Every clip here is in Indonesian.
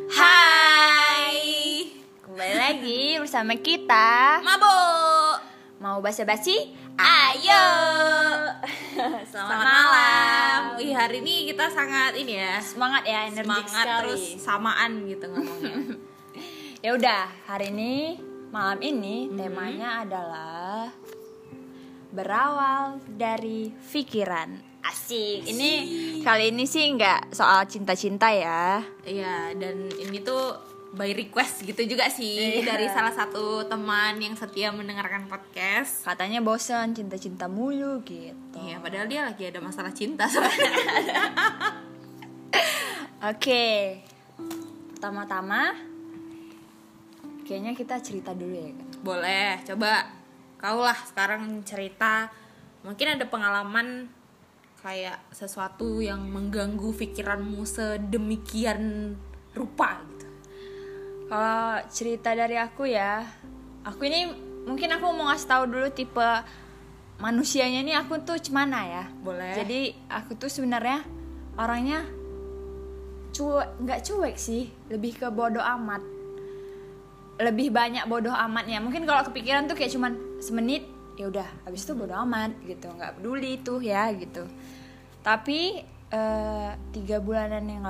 Hai, Kembali lagi bersama kita. mabuk. Mau basa-basi? Ayo. Selamat malam. Wih, hari ini kita sangat ini ya, Semangat ya, energik semangat sekali. terus samaan gitu ngomongnya. Ya udah, hari ini malam ini temanya adalah berawal dari pikiran. Asik. Ini kali ini sih nggak soal cinta-cinta ya. Iya, dan ini tuh by request gitu juga sih dari salah satu teman yang setia mendengarkan podcast. Katanya bosan cinta-cinta mulu gitu. Iya, padahal dia lagi ada masalah cinta sebenarnya. Oke. Pertama-tama kayaknya kita cerita dulu ya kan. Boleh, coba kau lah sekarang cerita. Mungkin ada pengalaman kayak sesuatu yang mengganggu pikiranmu sedemikian rupa gitu. Kalau cerita dari aku ya, aku ini mungkin aku mau ngasih tahu dulu tipe manusianya nih aku tuh cemana ya. Boleh. Jadi aku tuh sebenarnya orangnya nggak cuek sih, lebih ke bodoh amat. Lebih banyak bodoh amatnya. Mungkin kalau kepikiran tuh kayak cuman semenit, ya udah, habis itu bodoh amat gitu, nggak peduli tuh ya gitu. Tapi 3 bulanan yang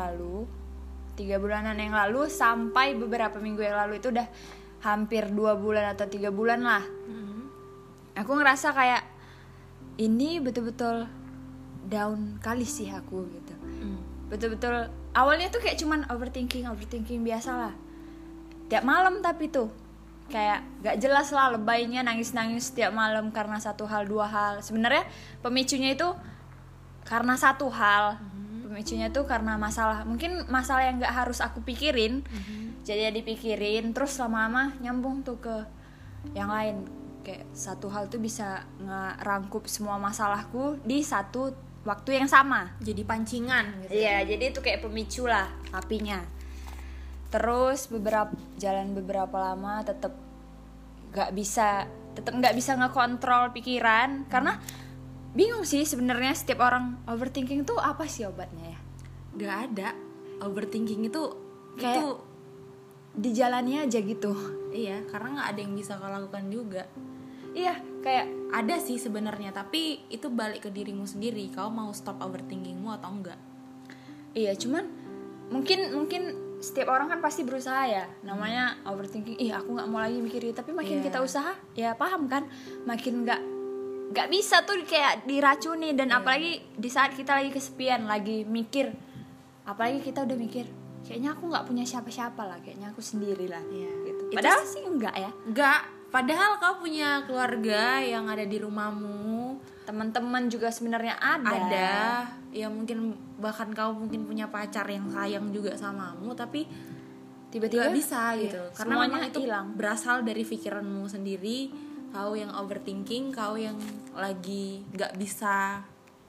lalu sampai beberapa minggu yang lalu itu udah hampir 2 bulan atau 3 bulan lah. Aku ngerasa kayak ini betul-betul down kali sih aku gitu. Betul-betul awalnya tuh kayak cuman overthinking biasa lah. Tiap malam tapi tuh kayak gak jelas lah, lebaynya nangis-nangis setiap malam karena satu hal dua hal. Sebenarnya pemicunya itu karena satu hal. Pemicunya tuh karena masalah, mungkin masalah yang gak harus aku pikirin. Jadi ya dipikirin, terus lama-lama nyambung tuh ke yang lain. Kayak satu hal tuh bisa ngerangkup semua masalahku di satu waktu yang sama. Jadi pancingan gitu. Iya, jadi itu kayak pemicu lah apinya. Terus jalan beberapa lama tetap nggak bisa ngekontrol pikiran karena bingung sih sebenarnya setiap orang overthinking tuh apa sih obatnya ya? Gak ada. Overthinking itu Kayak itu dijalani aja gitu. iya, karena nggak ada yang bisa kau lakukan juga. Iya, kayak Ada sih sebenarnya, tapi itu balik ke dirimu sendiri. Kau mau stop overthinkingmu atau enggak? iya, cuman mungkin setiap orang kan pasti berusaha ya, namanya overthinking. Aku nggak mau lagi mikirin, tapi makin kita usaha, ya paham kan, makin nggak bisa tuh kayak diracuni. Dan apalagi di saat kita lagi kesepian, lagi mikir, apalagi kita udah mikir, kayaknya aku nggak punya siapa-siapa lah, kayaknya aku sendiri lah, gitu. Padahal sih enggak ya. Enggak, padahal kau punya keluarga yang ada di rumahmu, Teman-teman juga sebenarnya ada. ya mungkin bahkan kau mungkin punya pacar yang sayang juga samamu, tapi Tiba-tiba nggak bisa gitu, karena semuanya memang itu hilang. berasal dari pikiranmu sendiri. Kau yang overthinking, kau yang lagi nggak bisa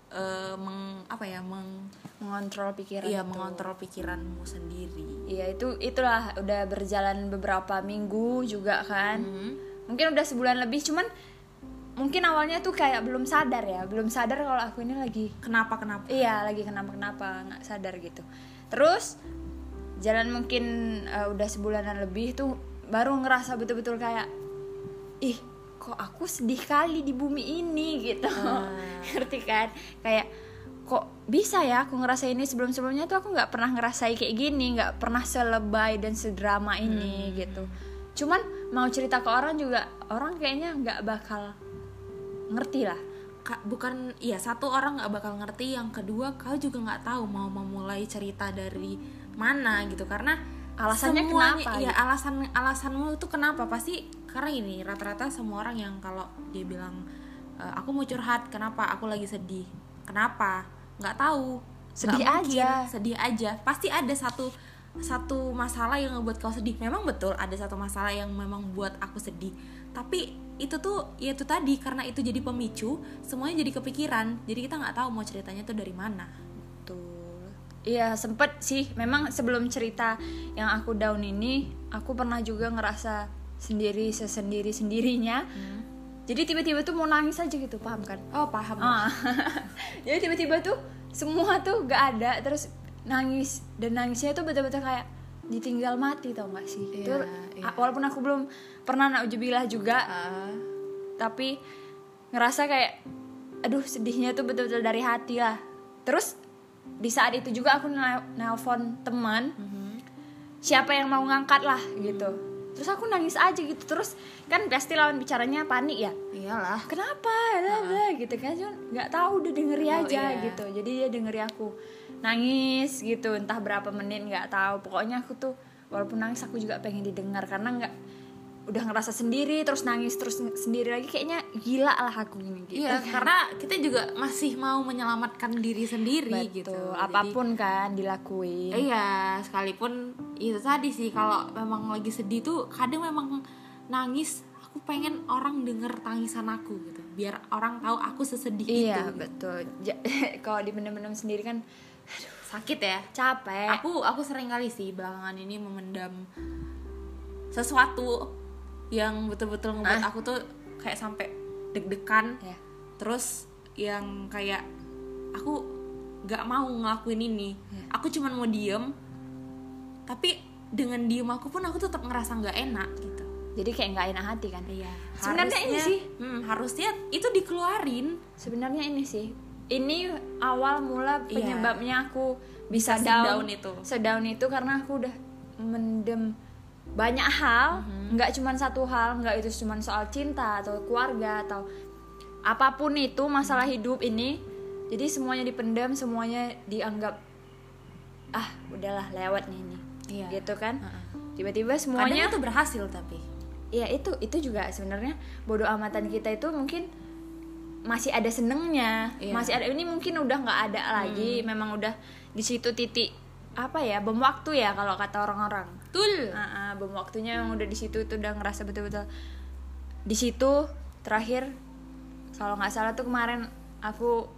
Mengontrol pikiran. iya, itu. mengontrol pikiranmu sendiri. Iya, itulah udah berjalan beberapa minggu juga kan. Mungkin udah sebulan lebih, cuman mungkin awalnya tuh kayak belum sadar kalau aku ini lagi Kenapa? lagi kenapa nggak sadar gitu. Terus jalan mungkin udah sebulanan lebih tuh baru ngerasa betul-betul kayak kok aku sedih kali di bumi ini gitu. Ngerti kan? Kayak kok bisa ya aku ngerasa ini, sebelumnya tuh aku nggak pernah ngerasain kayak gini, nggak pernah selebay dan sedrama ini gitu. Cuman mau cerita ke orang juga orang kayaknya nggak bakal ngerti lah. Bukan, iya, satu orang nggak bakal ngerti, yang kedua kau juga nggak tahu mau memulai cerita dari mana gitu, karena Alasannya semuanya, kenapa? iya, alasanmu itu kenapa, pasti karena ini rata-rata semua orang yang kalau dia bilang aku mau curhat, kenapa, aku lagi sedih, kenapa, nggak tahu, Sedih nggak mungkin, aja. sedih aja, pasti ada satu masalah yang ngebuat kau sedih. Memang betul ada satu masalah yang memang buat aku sedih, tapi itu tuh ya itu tadi, karena itu jadi pemicu, semuanya jadi kepikiran, jadi kita nggak tahu mau ceritanya tuh dari mana. Betul. Iya, sempet sih. Memang sebelum cerita yang aku down ini, aku pernah juga ngerasa sendirinya. Jadi tiba-tiba tuh mau nangis aja gitu, paham kan? Oh, paham. Jadi tiba-tiba tuh semua tuh gak ada, terus nangis, dan nangisnya tuh betul-betul kayak ditinggal mati, tau gak sih? Iya, Itu iya. walaupun aku belum pernah na'udzubillah juga, tapi ngerasa kayak aduh sedihnya tuh betul-betul dari hati lah. Terus di saat itu juga aku nelpon teman, siapa yang mau ngangkat lah gitu. Terus aku nangis aja gitu. Terus kan pasti lawan bicaranya panik ya, Iyalah. kenapa gitu kan, cuman nggak tahu, udah dengeri aja iya. gitu. Jadi dia dengeri aku nangis gitu entah berapa menit nggak tahu. Pokoknya aku tuh walaupun nangis aku juga pengen didengar, karena nggak, udah ngerasa sendiri terus nangis terus sendiri lagi, kayaknya gila lah aku gini gitu. Iya, karena kita juga masih mau menyelamatkan diri sendiri. Betul, gitu. apapun kan dilakuin. Iya, sekalipun itu tadi sih, kalau memang lagi sedih tuh kadang memang nangis, aku pengen orang denger tangisan aku gitu, biar orang tahu aku sesedih Iya itu. betul. Kalau dipendam-pendam sendiri kan Sakit ya. capek. Aku sering kali sih belakangan ini memendam sesuatu yang betul-betul ngebuat aku tuh kayak sampai deg-degan. Ya. Terus yang kayak aku gak mau ngelakuin ini. Aku cuman mau diem, tapi dengan diem aku pun aku tetap ngerasa gak enak gitu. Jadi kayak nggak enak hati kan. Iya. Sebenarnya ini sih, harusnya itu dikeluarin. sebenarnya ini sih, ini awal mula Iya. penyebabnya aku bisa Sedown down itu. sedown itu karena aku udah mendem banyak hal, nggak cuma satu hal, nggak itu cuma soal cinta atau keluarga atau apapun itu masalah hidup ini. Jadi semuanya dipendam, semuanya dianggap udahlah lewat nih ini. Iya. Gitu kan. Tiba-tiba Kadang semuanya itu berhasil tapi. ya itu juga sebenarnya bodo amatan kita itu mungkin masih ada senengnya. Iya. Masih ada, ini mungkin udah nggak ada lagi, memang udah di situ titik apa ya, bom waktu ya kalau kata orang-orang. Betul. Bom waktunya yang udah di situ, itu udah ngerasa betul-betul di situ. Terakhir kalau nggak salah tuh kemarin aku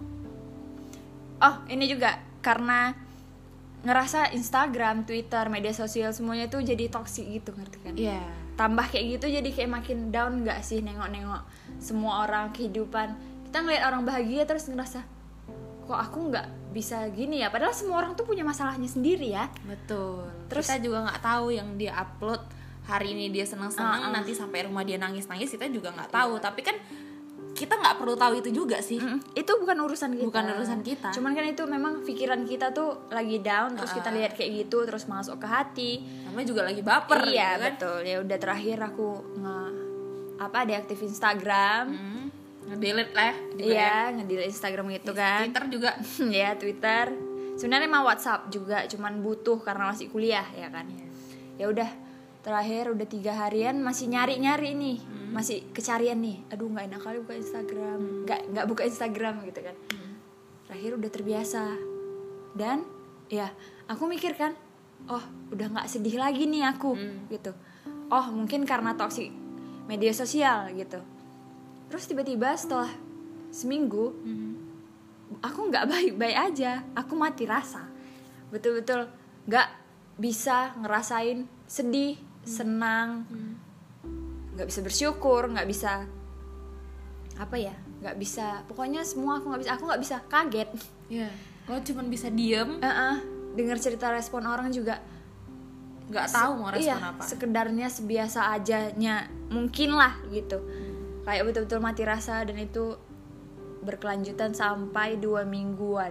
ini juga karena ngerasa Instagram, Twitter, media sosial semuanya tuh jadi toksik gitu, ngerti kan? Iya. Tambah kayak gitu jadi kayak makin down nggak sih, nengok-nengok semua orang kehidupan. Kita ngeliat orang bahagia terus ngerasa kok aku nggak bisa gini ya, padahal semua orang tuh punya masalahnya sendiri ya. Betul. Terus- Kita juga nggak tahu yang dia upload hari ini dia senang-senang, nanti sampai rumah dia nangis-nangis, kita juga nggak tahu. Tapi kan kita nggak perlu tahu itu juga sih. Itu bukan urusan kita. Bukan urusan kita. Cuman kan itu memang pikiran kita tuh lagi down, terus kita lihat kayak gitu terus masuk ke hati. Namanya juga lagi baper. Iya gitu kan. betul. Ya udah, terakhir aku deaktif Instagram. Nge-delete lah. Iya, nge-delete Instagram gitu kan. Twitter juga. Ya Twitter. Sebenarnya mah WhatsApp juga, cuman butuh karena masih kuliah ya kan. Ya udah, terakhir udah 3 harian masih nyari-nyari nih, masih kecarian nih. Aduh nggak enak kali buka Instagram, nggak buka Instagram gitu kan. Terakhir udah terbiasa dan ya aku mikir kan, oh udah nggak sedih lagi nih aku gitu. Oh mungkin karena toksik media sosial gitu. Terus tiba-tiba setelah seminggu aku nggak baik-baik aja, aku mati rasa, betul-betul nggak bisa ngerasain sedih, senang, nggak bisa bersyukur, nggak bisa nggak bisa, pokoknya semua aku nggak bisa kaget. Iya. Lo cuman bisa diem, Dengar cerita respon orang juga nggak tahu mau respon apa. sekedarnya sebiasa ajanya mungkin lah gitu. Kayak betul-betul mati rasa, dan itu berkelanjutan sampai 2 mingguan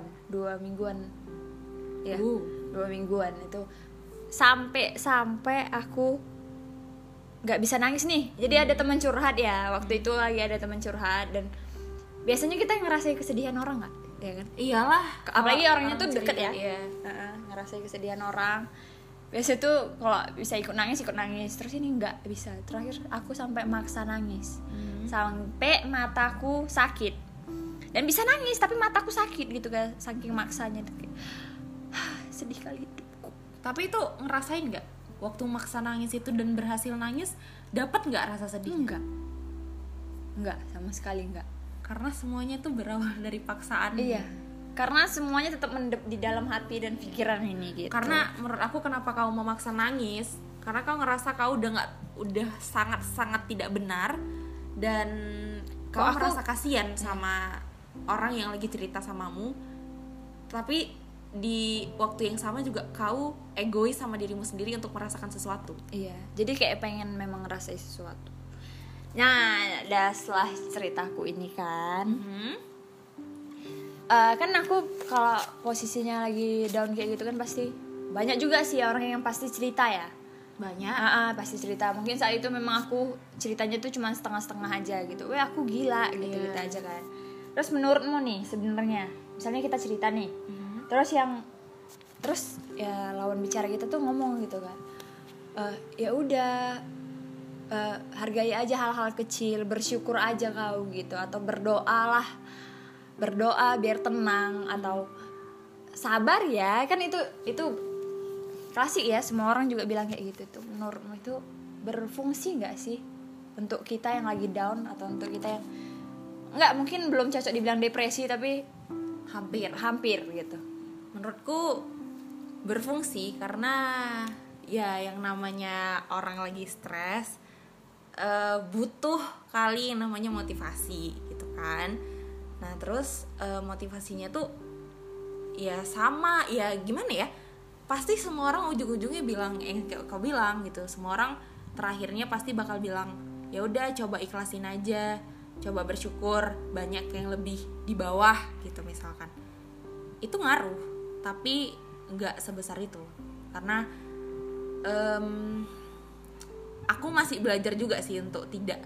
ya. 2 mingguan itu sampai aku nggak bisa nangis nih. Jadi ada teman curhat ya, waktu itu lagi ada teman curhat, dan biasanya kita ngerasain kesedihan orang nggak, ya kan? Iyalah. Apalagi Kalau orangnya tuh cerita, deket ya. Iya. Ngerasain kesedihan orang. Biasa tuh kalau bisa ikut nangis, terus ini nggak bisa. Terakhir aku sampai maksa nangis, sampai mataku sakit, dan bisa nangis tapi mataku sakit gitu kan, saking maksanya tuh kayak, sedih kali hidupku. Tapi itu ngerasain nggak waktu maksa nangis itu dan berhasil nangis, dapat nggak rasa sedih? Enggak, sama sekali enggak. Karena semuanya tuh berawal dari paksaan. Iya, karena semuanya tetap mendep di dalam hati dan pikiran ini gitu. Karena menurut aku kenapa kau memaksa nangis, karena kau ngerasa kau udah sangat tidak benar, dan kau merasa kasihan sama orang yang lagi cerita samamu, tapi di waktu yang sama juga kau egois sama dirimu sendiri untuk merasakan sesuatu. Iya, jadi kayak pengen memang ngerasain sesuatu. Nah, setelah ceritaku ini kan, kan aku kalau posisinya lagi down kayak gitu kan pasti banyak juga sih orang yang pasti cerita ya. Banyak. Pasti cerita. Mungkin saat itu memang aku ceritanya tuh cuma setengah-setengah aja gitu. Weh, aku gila gitu aja kan. Terus menurutmu nih sebenarnya, misalnya kita cerita nih, terus ya lawan bicara kita tuh ngomong gitu kan, ya udah, hargai aja hal-hal kecil, bersyukur aja kau gitu, atau berdoa biar tenang, atau sabar ya, kan itu klasik ya, semua orang juga bilang kayak gitu tuh. Menurutmu itu berfungsi nggak sih untuk kita yang lagi down, atau untuk kita yang nggak, mungkin belum cocok dibilang depresi tapi hampir gitu? Menurutku berfungsi, karena ya yang namanya orang lagi stres butuh kali yang namanya motivasi gitu kan. Nah terus motivasinya tuh ya sama, ya gimana ya, pasti semua orang ujung-ujungnya bilang kayak kau bilang gitu, semua orang terakhirnya pasti bakal bilang ya udah coba ikhlasin aja, coba bersyukur, banyak yang lebih di bawah gitu misalkan. Itu ngaruh, tapi nggak sebesar itu, karena aku masih belajar juga sih untuk tidak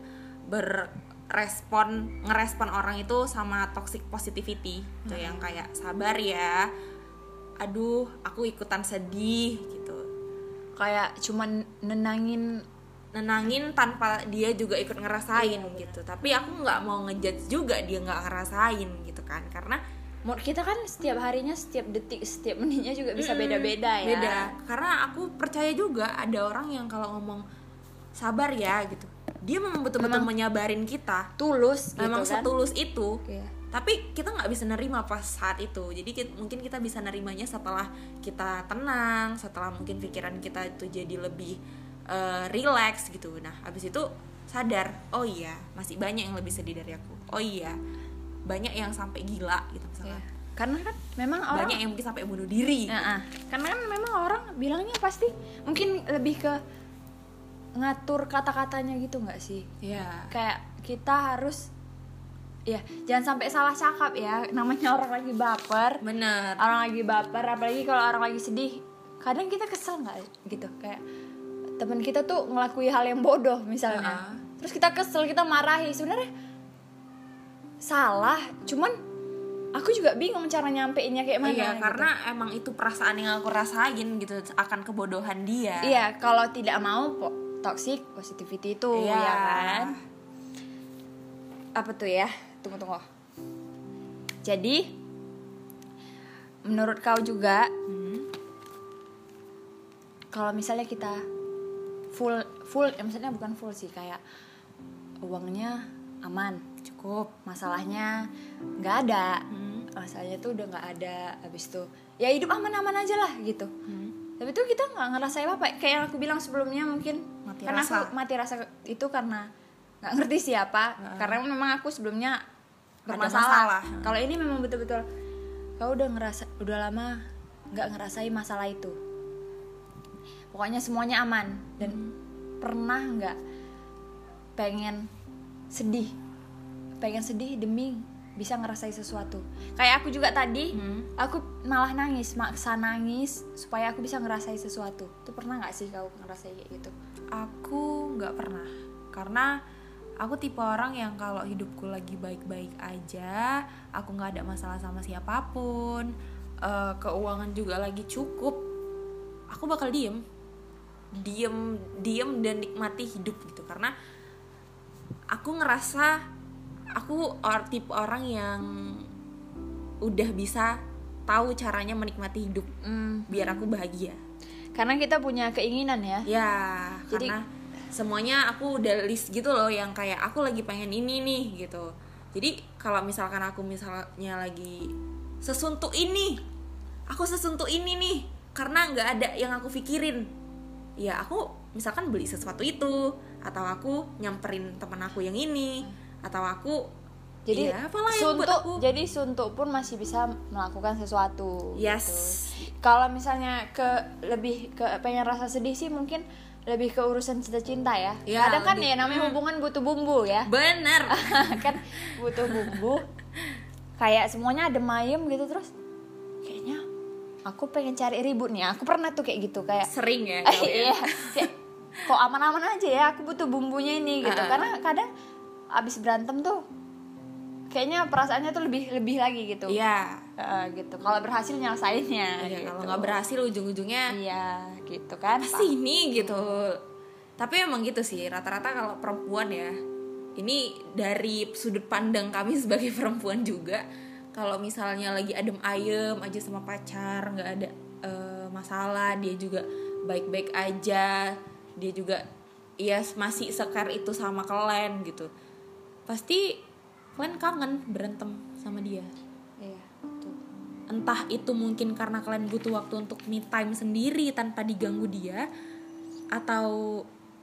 ngerespon orang itu sama toxic positivity gitu, yang kayak sabar ya, aduh aku ikutan sedih gitu, kayak cuman nenangin tanpa dia juga ikut ngerasain gitu. Tapi aku nggak mau ngejudge juga dia nggak ngerasain gitu kan, karena mood kita kan setiap harinya, setiap detik, setiap menitnya juga bisa beda-beda ya. Beda, karena aku percaya juga ada orang yang kalau ngomong sabar ya gitu, dia memang betul-betul menyabarin kita, tulus memang gitu kan? setulus itu. Iya. Tapi kita nggak bisa nerima pas saat itu. Jadi mungkin kita bisa nerimanya setelah kita tenang, setelah mungkin pikiran kita itu jadi lebih relax gitu. Nah habis itu sadar, oh iya masih banyak yang lebih sedih dari aku, oh iya banyak yang sampai gila gitu misalnya. Iya. Karena kan memang orang banyak yang mungkin sampai bunuh diri. Karena kan memang orang bilangnya pasti mungkin lebih ke ngatur kata-katanya gitu nggak sih? Iya. Kayak kita harus, ya jangan sampai salah cakap ya, namanya orang lagi baper. Bener. Orang lagi baper, apalagi kalau orang lagi sedih, kadang kita kesel nggak gitu, kayak teman kita tuh ngelakuin hal yang bodoh misalnya, terus kita kesel, kita marahi, sebenarnya salah, cuman aku juga bingung cara nyampeinnya kayak mana. Iya, gitu. karena emang itu perasaan yang aku rasain gitu akan kebodohan dia. Iya, kalau tidak mau toxic positivity itu, iya. Ya kan? Apa tuh ya? Tunggu. Jadi menurut kau juga, kalau misalnya kita full, ya maksudnya bukan full sih, kayak uangnya aman, cukup, masalahnya nggak ada, masalahnya tuh udah nggak ada, habis itu ya hidup aman-aman aja lah gitu. Tapi tuh kita nggak ngerasain apa, kayak yang aku bilang sebelumnya, mungkin karena aku mati rasa itu karena nggak ngerti siapa, karena memang aku sebelumnya bermasalah. Kalau ini memang betul-betul kau udah lama nggak ngerasain masalah itu, pokoknya semuanya aman, dan pernah nggak pengen sedih demi bisa ngerasain sesuatu. Kayak aku juga tadi, aku malah maksa nangis supaya aku bisa ngerasain sesuatu. Itu pernah nggak sih kau ngerasain kayak gitu? Aku nggak pernah, karena aku tipe orang yang kalau hidupku lagi baik-baik aja, aku nggak ada masalah sama siapapun, keuangan juga lagi cukup, aku bakal diem dan nikmati hidup gitu. Karena aku ngerasa aku tipe orang yang udah bisa tahu caranya menikmati hidup biar aku bahagia. Karena kita punya keinginan ya. Ya, jadi karena semuanya aku udah list gitu loh, yang kayak aku lagi pengen ini nih gitu. Jadi kalau misalkan aku misalnya lagi sesuntuk ini nih karena nggak ada yang aku pikirin, ya aku misalkan beli sesuatu itu, atau aku nyamperin teman aku yang ini, atau aku Jadi iya, apalah yang buat aku. jadi suntuk pun masih bisa melakukan sesuatu. Yes. Gitu. Kalau misalnya lebih ke pengen rasa sedih sih mungkin lebih ke urusan cinta ya. Ya, Kadang kan lebih. ya namanya hubungan butuh bumbu ya. Bener. Kan butuh bumbu. Kayak semuanya adem ayem gitu, terus kayaknya aku pengen cari ribut nih. Aku pernah tuh kayak gitu, kayak Sering ya kau ya. iya, kayak kok aman-aman aja ya, aku butuh bumbunya ini gitu. Karena kadang abis berantem tuh kayaknya perasaannya tuh lebih lagi gitu. Iya. Gitu. Kalau berhasil nyelesainnya. Iya, gitu. kalau nggak berhasil ujung-ujungnya Iya, gitu kan. pasti ini gitu. Tapi emang gitu sih, rata-rata kalau perempuan ya, ini dari sudut pandang kami sebagai perempuan juga, kalau misalnya lagi adem ayem aja sama pacar, nggak ada masalah, dia juga baik-baik aja, dia juga ya masih sekar itu sama kalian gitu, pasti kalian kangen berantem sama dia. Iya, betul. Entah itu mungkin karena kalian butuh waktu untuk me time sendiri tanpa diganggu dia, atau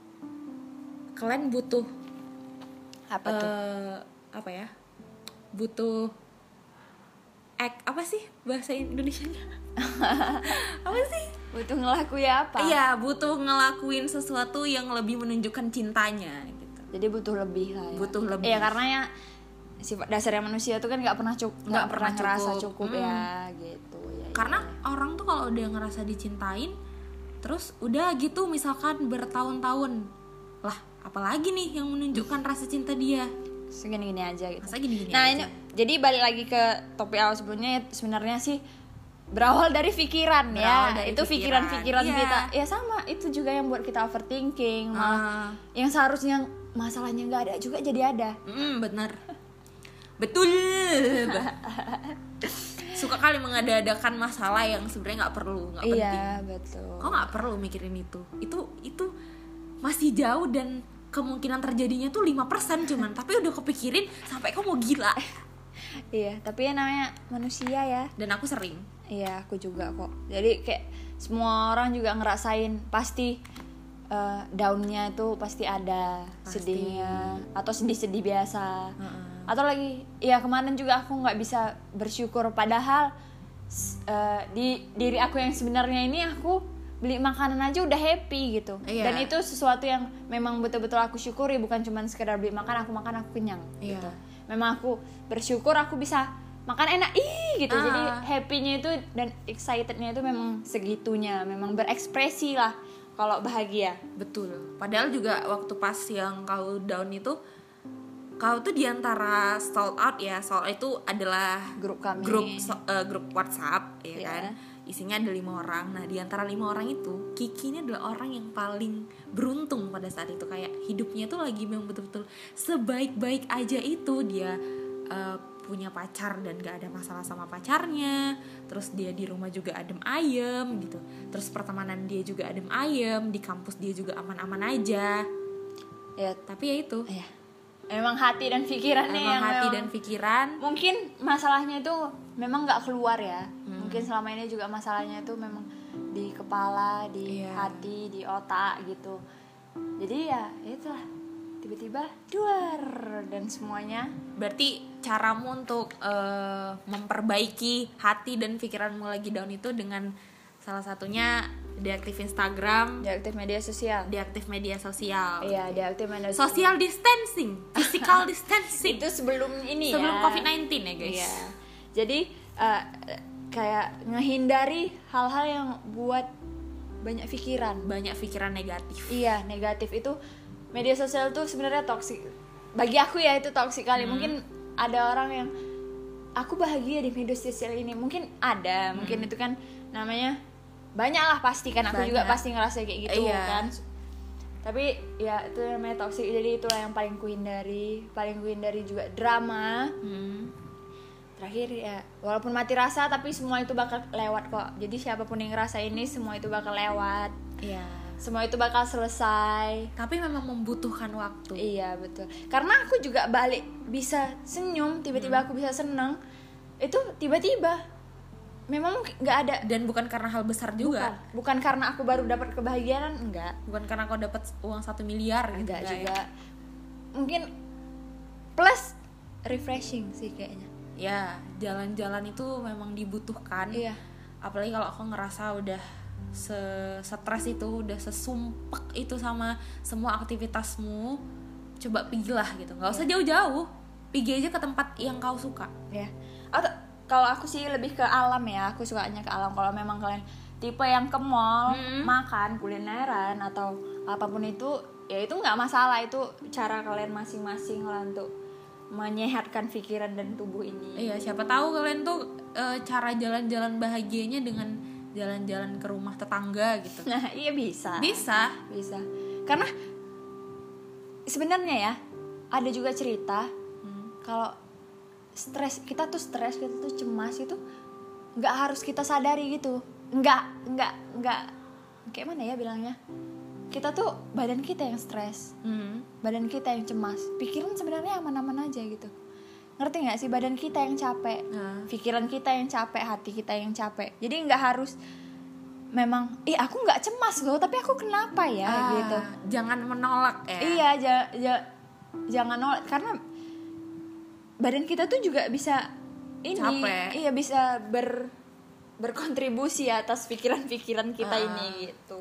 kalian butuh Apa tuh? apa ya, butuh apa sih bahasa Indonesianya? Apa sih? Butuh ngelakuin apa? Iya, butuh ngelakuin sesuatu yang lebih menunjukkan cintanya gitu. Jadi butuh lebih lah ya. Butuh lebih. Iya, karena ya sifat dasarnya manusia tuh kan nggak pernah ngerasa cukup ya gitu ya. Karena orang tuh kalau udah ngerasa dicintain, terus udah gitu misalkan bertahun-tahun, lah apalagi nih yang menunjukkan rasa cinta dia? Segini-gini aja gitu. Masa gini-gini Nah, aja? ini jadi balik lagi ke topik awal sebelumnya, sebenarnya sih berawal dari pikiran Berawal ya. dari Itu pikiran-pikiran iya. kita. Ya sama, itu juga yang buat kita overthinking. Malah yang seharusnya masalahnya nggak ada juga jadi ada. Bener. Betul. Suka kali mengada-adakan masalah yang sebenarnya nggak perlu, nggak penting. Iya, betul. Kau nggak perlu mikirin itu. Itu masih jauh dan kemungkinan terjadinya tuh 5% cuman, tapi udah kepikirin sampai kau mau gila. Iya, tapi ya namanya manusia ya. Dan aku sering. Iya, aku juga kok. Jadi kayak semua orang juga ngerasain pasti down-nya itu pasti ada, Pasti. sedihnya atau sedih-sedih biasa. Atau lagi ya kemarin juga aku nggak bisa bersyukur, padahal di diri aku yang sebenarnya ini aku beli makanan aja udah happy gitu. Iya. Dan itu sesuatu yang memang betul-betul aku syukuri, bukan cuma sekedar beli makan aku kenyang Iya. gitu. Memang aku bersyukur aku bisa makan enak gitu. Jadi happy-nya itu dan excited-nya itu memang segitunya, memang berekspresi lah kalau bahagia. Betul. Padahal juga waktu pas yang kau down itu, kau tuh diantara sold out ya. Sold out itu adalah Grup kami. grup WhatsApp ya Iya. kan. Isinya ada 5 orang. Nah, diantara 5 orang itu, Kiki ini adalah orang yang paling beruntung pada saat itu. Kayak hidupnya tuh lagi memang betul-betul sebaik-baik aja itu. Dia punya pacar dan gak ada masalah sama pacarnya. Terus dia di rumah juga adem ayem gitu. Terus pertemanan dia juga adem ayem. Di kampus dia juga aman-aman aja. Ya, Tapi ya itu, ya. Memang hati dan pikirannya emang yang hati memang- dan pikiran. mungkin masalahnya itu memang nggak keluar ya. Mungkin selama ini juga masalahnya itu memang di kepala, di Iya. hati, di otak gitu. Jadi ya itulah, tiba-tiba duar dan semuanya. Berarti caramu untuk memperbaiki hati dan pikiranmu lagi down itu dengan salah satunya deaktif Instagram, Deaktif media sosial. deaktif media sosial. Iya, deaktif media sosial. Social distancing, physical distancing. Itu sebelum ini Sebelum ya. COVID-19 ya guys. Iya. Jadi kayak ngehindari hal-hal yang buat banyak pikiran. Banyak pikiran negatif. Iya, negatif itu media sosial tuh sebenarnya toksik. Bagi aku ya itu toksik kali. Mungkin ada orang yang aku bahagia di media sosial ini. Mungkin ada, mungkin itu kan namanya banyak lah pasti kan. Aku juga Banyak. pasti ngerasa kayak gitu Iya. kan. Tapi ya itu namanya toksik. Jadi itulah yang paling kuhindari. Paling kuhindari juga drama. Terakhir ya, walaupun mati rasa tapi semua itu bakal lewat kok. Jadi siapapun yang ngerasa ini semua itu bakal lewat. Iya. Semua itu bakal selesai. Tapi memang membutuhkan waktu. Iya betul. Karena aku juga balik bisa senyum, tiba-tiba aku bisa seneng. Itu tiba-tiba. Memang nggak ada. Dan bukan karena hal besar juga. Bukan karena aku baru dapat kebahagiaan, enggak. Bukan karena kau dapat uang 1 miliar gitu. Enggak enggak juga. ya. Mungkin plus refreshing sih kayaknya. Ya, jalan-jalan itu memang dibutuhkan. Iya. Apalagi kalau aku ngerasa udah stres itu, udah sesumpek itu sama semua aktivitasmu, coba pergilah gitu. Nggak usah jauh-jauh, pergi aja ke tempat yang kau suka. Ya. Atau kalau aku sih lebih ke alam ya, aku sukanya ke alam. Kalau memang kalian tipe yang ke mall, makan, kulineran atau apapun itu, ya itu nggak masalah, itu cara kalian masing-masing lah untuk menyehatkan pikiran dan tubuh ini. Iya, siapa tahu kalian tuh cara jalan-jalan bahagianya dengan jalan-jalan ke rumah tetangga gitu. Nah, iya bisa. Bisa. Karena sebenarnya ya ada juga cerita kalau kita tuh cemas itu nggak harus kita sadari gitu. Nggak kayak mana ya bilangnya? Kita tuh badan kita yang stres, badan kita yang cemas, pikiran sebenarnya aman-aman aja gitu. Ngerti nggak sih? Badan kita yang capek, pikiran kita yang capek, hati kita yang capek. Jadi nggak harus memang, aku nggak cemas loh, tapi aku kenapa ya gitu. Jangan menolak ya. Iya, jangan nolak, karena badan kita tuh juga bisa ini, capek. Iya bisa berkontribusi atas pikiran-pikiran kita ini gitu.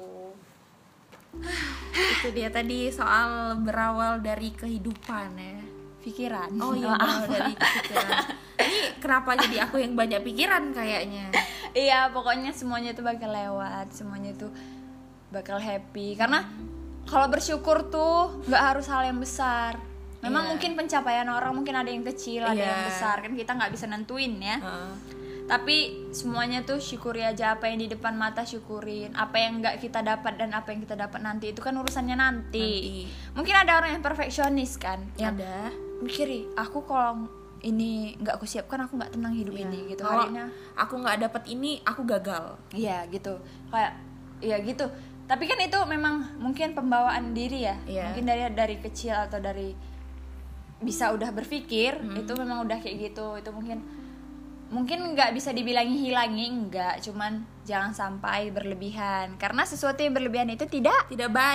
Itu dia tadi soal berawal dari kehidupan ya. Pikiran. Oh iya, berawal dari pikiran. Ini kenapa jadi aku yang banyak pikiran kayaknya? Iya, pokoknya semuanya tuh bakal lewat, semuanya tuh bakal happy. Karena kalau bersyukur tuh nggak harus hal yang besar. Memang mungkin pencapaian orang mungkin ada yang kecil, ada yang besar, kan kita nggak bisa nentuin ya. Tapi semuanya tuh syukuri aja, apa yang di depan mata syukurin, apa yang nggak kita dapat dan apa yang kita dapat nanti itu kan urusannya nanti. Mungkin ada orang yang perfeksionis kan, yang ada mikiri, aku kalau ini nggak aku siapkan aku nggak tenang hidup ini gitu. Kalau harinya aku nggak dapat ini aku gagal. Iya gitu, kayak iya gitu. Tapi kan itu memang mungkin pembawaan diri ya. Mungkin dari kecil atau dari bisa udah berpikir itu memang udah kayak gitu. Itu mungkin nggak bisa dibilangi hilangi, enggak, cuman jangan sampai berlebihan, karena sesuatu yang berlebihan itu tidak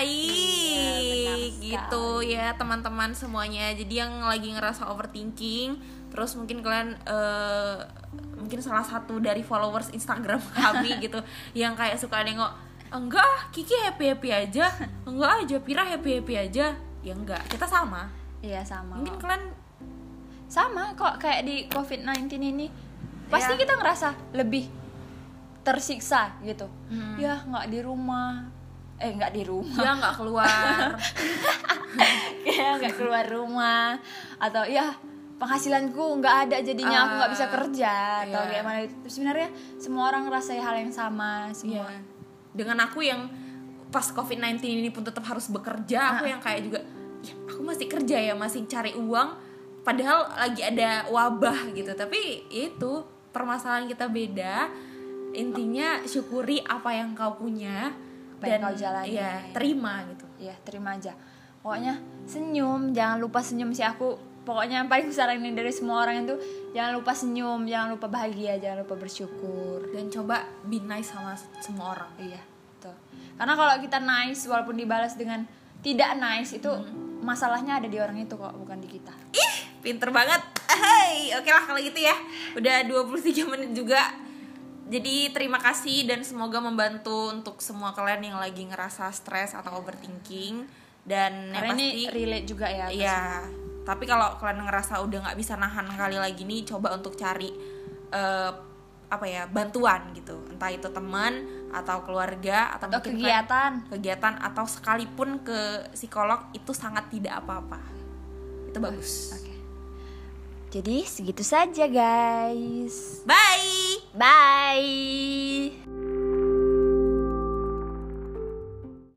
baik gitu ya teman-teman semuanya. Jadi yang lagi ngerasa overthinking, terus mungkin kalian mungkin salah satu dari followers Instagram kami gitu yang kayak suka nengok, enggak Kiki happy aja, enggak aja Pira happy aja, ya enggak, kita sama. Iya sama. Mungkin kalian sama kok kayak di COVID-19 ini. Pasti kita ngerasa lebih tersiksa gitu. Ya nggak di rumah, nggak keluar, ya nggak keluar rumah, atau ya penghasilanku nggak ada jadinya aku nggak bisa kerja atau kayak mana itu. Sebenarnya semua orang ngerasain hal yang sama semua. Dengan aku yang pas COVID-19 ini pun tetap harus bekerja, aku yang kayak juga, ya, aku masih kerja ya, masih cari uang, padahal lagi ada wabah gitu. Tapi itu permasalahan kita beda. Intinya syukuri apa yang kau punya dan kau jalani. Terima gitu. Iya, terima aja. Pokoknya senyum, jangan lupa senyum sih aku. Pokoknya yang paling besar ini dari semua orang itu, jangan lupa senyum, jangan lupa bahagia, jangan lupa bersyukur, dan coba be nice sama semua orang. Iya, tuh. Karena kalau kita nice walaupun dibalas dengan tidak nice itu masalahnya ada di orang itu kok, bukan di kita. Pinter banget. Hai, oke lah kalau gitu ya. Udah 23 menit juga. Jadi terima kasih dan semoga membantu untuk semua kalian yang lagi ngerasa stres atau overthinking. Dan karena yang pasti ini relate juga ya. Iya. Tapi kalau kalian ngerasa udah nggak bisa nahan kali lagi nih, coba untuk cari bantuan gitu. Entah itu teman atau keluarga atau kegiatan atau sekalipun ke psikolog, itu sangat tidak apa-apa. Itu bagus. Oke. Jadi segitu saja guys. Bye.